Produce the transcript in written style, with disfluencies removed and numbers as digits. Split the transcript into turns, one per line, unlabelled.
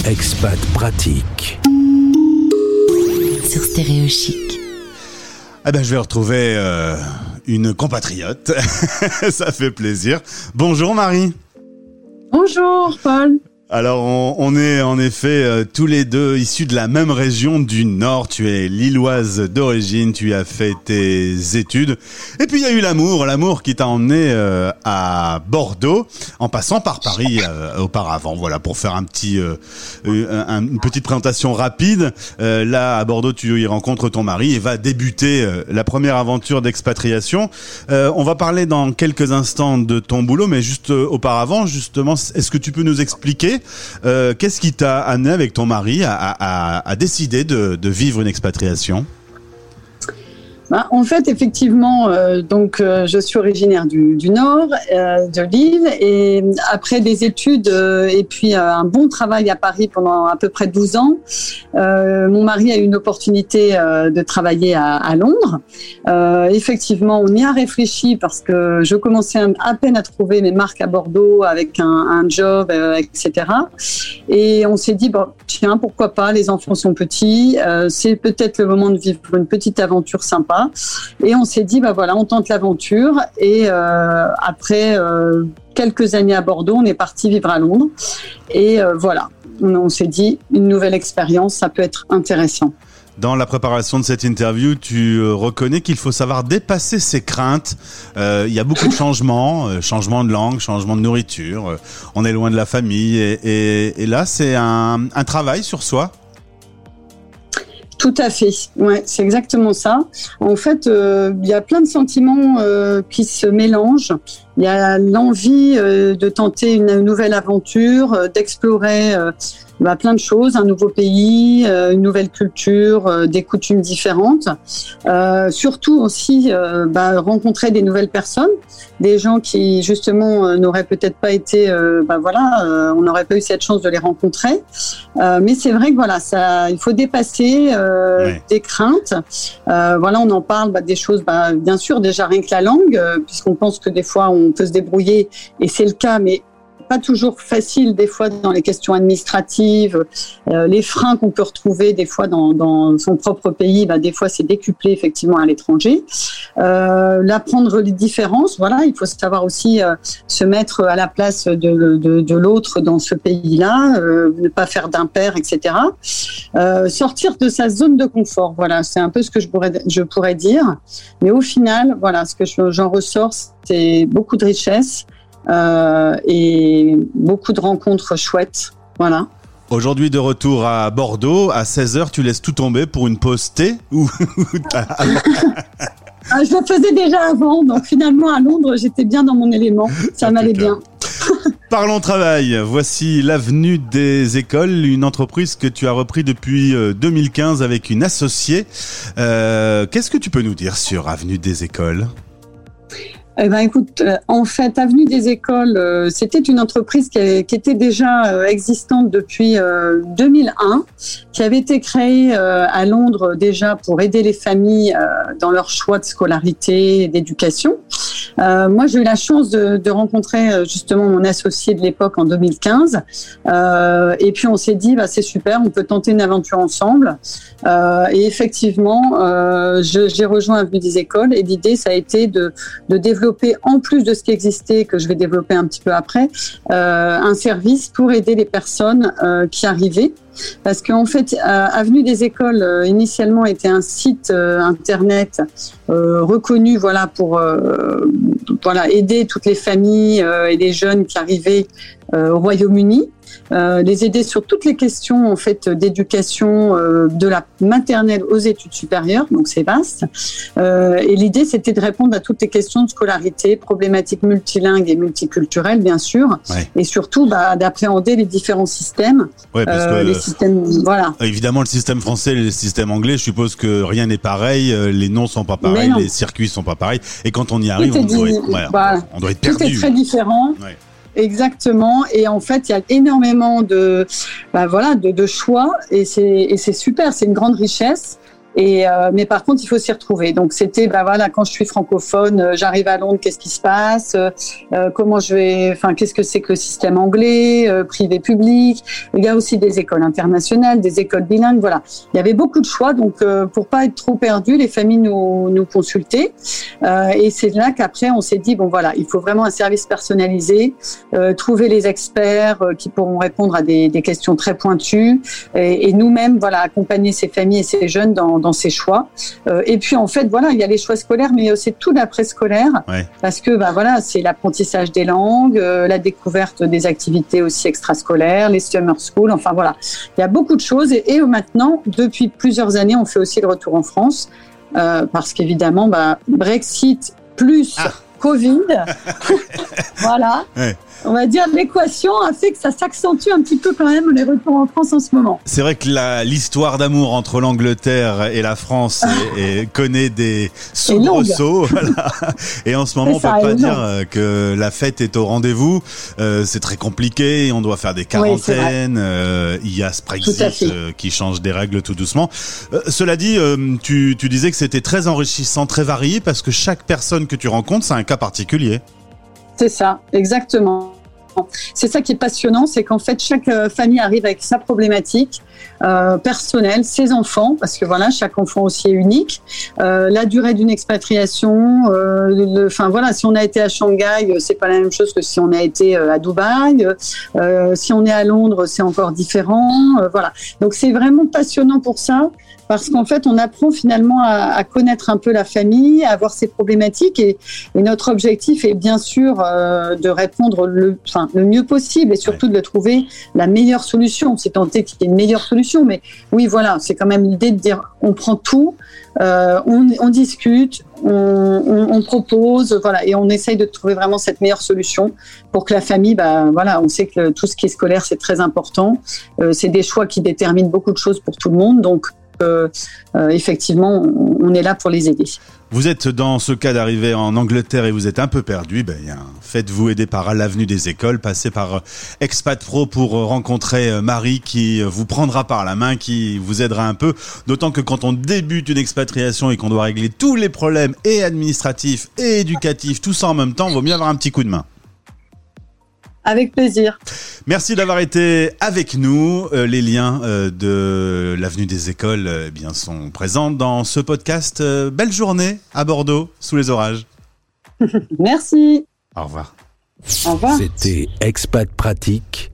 Expat pratique.
Sur Stéréo Chic.
Je vais retrouver une compatriote. Ça fait plaisir. Bonjour Marie.
Bonjour Paul.
Alors on est en effet tous les deux issus de la même région du Nord. Tu es lilloise d'origine, tu as fait tes études. Et puis il y a eu l'amour qui t'a emmené à Bordeaux, en passant par Paris auparavant. Voilà, pour faire une petite présentation rapide. Là à Bordeaux, tu y rencontres ton mari et va débuter la première aventure d'expatriation. On va parler dans quelques instants de ton boulot, mais juste auparavant, justement, est-ce que tu peux nous expliquer qu'est-ce qui t'a amené avec ton mari à décider de vivre une expatriation ?
En fait, effectivement, je suis originaire du Nord, de Lille, et après des études et puis un bon travail à Paris pendant à peu près 12 ans, mon mari a eu une opportunité de travailler à Londres. Effectivement, on y a réfléchi parce que je commençais à peine à trouver mes marques à Bordeaux avec un job, etc. Et on s'est dit, tiens, pourquoi pas, les enfants sont petits, c'est peut-être le moment de vivre une petite aventure sympa. Et on s'est dit, on tente l'aventure. Et après quelques années à Bordeaux, on est parti vivre à Londres. Et on s'est dit, une nouvelle expérience, ça peut être intéressant.
Dans la préparation de cette interview, tu reconnais qu'il faut savoir dépasser ses craintes. Il y a beaucoup de changements, changement de langue, changement de nourriture. On est loin de la famille. Et là, c'est un travail sur soi.
Tout à fait, ouais, c'est exactement ça. En fait, il y a plein de sentiments qui se mélangent. Il y a l'envie de tenter une nouvelle aventure, d'explorer plein de choses, un nouveau pays, une nouvelle culture, des coutumes différentes. Surtout aussi rencontrer des nouvelles personnes, des gens qui justement n'auraient peut-être pas été, on n'aurait pas eu cette chance de les rencontrer. Mais c'est vrai que il faut dépasser des craintes. On en parle des choses, bien sûr déjà rien que la langue, puisqu'on pense que des fois on peut se débrouiller et c'est le cas, mais pas toujours facile des fois dans les questions administratives, les freins qu'on peut retrouver des fois dans son propre pays, des fois c'est décuplé effectivement à l'étranger. L'apprendre les différences, il faut savoir aussi se mettre à la place de l'autre dans ce pays-là, ne pas faire d'impair, etc. Sortir de sa zone de confort, c'est un peu ce que je pourrais dire. Mais au final, ce que j'en ressors, c'est beaucoup de richesse. Et beaucoup de rencontres chouettes, voilà.
Aujourd'hui de retour à Bordeaux, à 16h, tu laisses tout tomber pour une pause thé ou
Je le faisais déjà avant, donc finalement à Londres, j'étais bien dans mon élément, ça m'allait bien.
Parlons travail, voici l'Avenue des Écoles, une entreprise que tu as repris depuis 2015 avec une associée. Qu'est-ce que tu peux nous dire sur Avenue des Écoles ?
Écoute, en fait, Avenue des Écoles, c'était une entreprise qui était déjà existante depuis 2001, qui avait été créée à Londres déjà pour aider les familles dans leur choix de scolarité et d'éducation. Moi, j'ai eu la chance de rencontrer justement mon associé de l'époque en 2015. Et puis, on s'est dit, c'est super, on peut tenter une aventure ensemble. Et effectivement, j'ai rejoint Avenue des Écoles et l'idée, ça a été de développer, en plus de ce qui existait, que je vais développer un petit peu après, un service pour aider les personnes qui arrivaient. Parce qu'en fait, Avenue des Écoles, initialement, était un site internet reconnu pour aider toutes les familles et les jeunes qui arrivaient au Royaume-Uni. Les aider sur toutes les questions en fait d'éducation de la maternelle aux études supérieures, donc c'est vaste. Et l'idée c'était de répondre à toutes les questions de scolarité, problématiques multilingues et multiculturelles bien sûr, et surtout d'appréhender les différents systèmes.
Parce que
les systèmes,
évidemment le système français et le système anglais, je suppose que rien n'est pareil, les noms sont pas pareils, les circuits sont pas pareils, et quand on y arrive, on doit être perdu.
Tout est très différent.
Ouais.
Exactement, et en fait il y a énormément de choix et c'est super, c'est une grande richesse. Mais par contre, il faut s'y retrouver. Donc c'était, quand je suis francophone, j'arrive à Londres, qu'est-ce qui se passe, comment qu'est-ce que c'est que le système anglais, privé, public. Il y a aussi des écoles internationales, des écoles bilingues. Voilà, il y avait beaucoup de choix. Donc pour pas être trop perdu, les familles nous consultaient. Et c'est là qu'après on s'est dit il faut vraiment un service personnalisé, trouver les experts qui pourront répondre à des questions très pointues et nous-mêmes accompagner ces familles et ces jeunes dans ces choix. Et puis en fait il y a les choix scolaires, mais il y a aussi tout l'après-scolaire, parce que c'est l'apprentissage des langues, la découverte des activités aussi extrascolaires, les summer school, il y a beaucoup de choses et maintenant depuis plusieurs années on fait aussi le retour en France, parce qu'évidemment Brexit plus Covid, on va dire l'équation a fait que ça s'accentue un petit peu quand même les retours en France en ce moment.
C'est vrai que l'histoire d'amour entre l'Angleterre et la France connaît des soubresauts. Et en ce moment, on peut pas dire que la fête est au rendez-vous. C'est très compliqué, on doit faire des quarantaines. Il y a ce Brexit qui change des règles tout doucement. Cela dit, tu disais que c'était très enrichissant, très varié, parce que chaque personne que tu rencontres, c'est un cas particulier.
C'est ça, exactement. C'est ça qui est passionnant, c'est qu'en fait chaque famille arrive avec sa problématique personnelle, ses enfants, parce que chaque enfant aussi est unique. La durée d'une expatriation, si on a été à Shanghai, c'est pas la même chose que si on a été à Dubaï. Si on est à Londres, c'est encore différent. Donc c'est vraiment passionnant pour ça. Parce qu'en fait, on apprend finalement à connaître un peu la famille, à voir ses problématiques, et notre objectif est bien sûr de répondre le mieux possible et surtout de trouver la meilleure solution. C'est tenter qu'il y ait une meilleure solution, mais oui, c'est quand même l'idée de dire on prend tout, on discute, on propose, et on essaye de trouver vraiment cette meilleure solution pour que la famille, on sait que tout ce qui est scolaire, c'est très important. C'est des choix qui déterminent beaucoup de choses pour tout le monde, donc effectivement, on est là pour les aider.
Vous êtes dans ce cas d'arriver en Angleterre et vous êtes un peu perdu, faites-vous aider par l'avenue des écoles, passez par Expat Pro pour rencontrer Marie qui vous prendra par la main, qui vous aidera un peu, d'autant que quand on débute une expatriation et qu'on doit régler tous les problèmes et administratifs et éducatifs, tout ça en même temps, vaut mieux avoir un petit coup de main.
Avec plaisir.
Merci d'avoir été avec nous. Les liens de l'avenue des écoles sont présents dans ce podcast. Belle journée à Bordeaux, sous les orages.
Merci.
Au revoir.
Au revoir.
C'était Expat Pratique.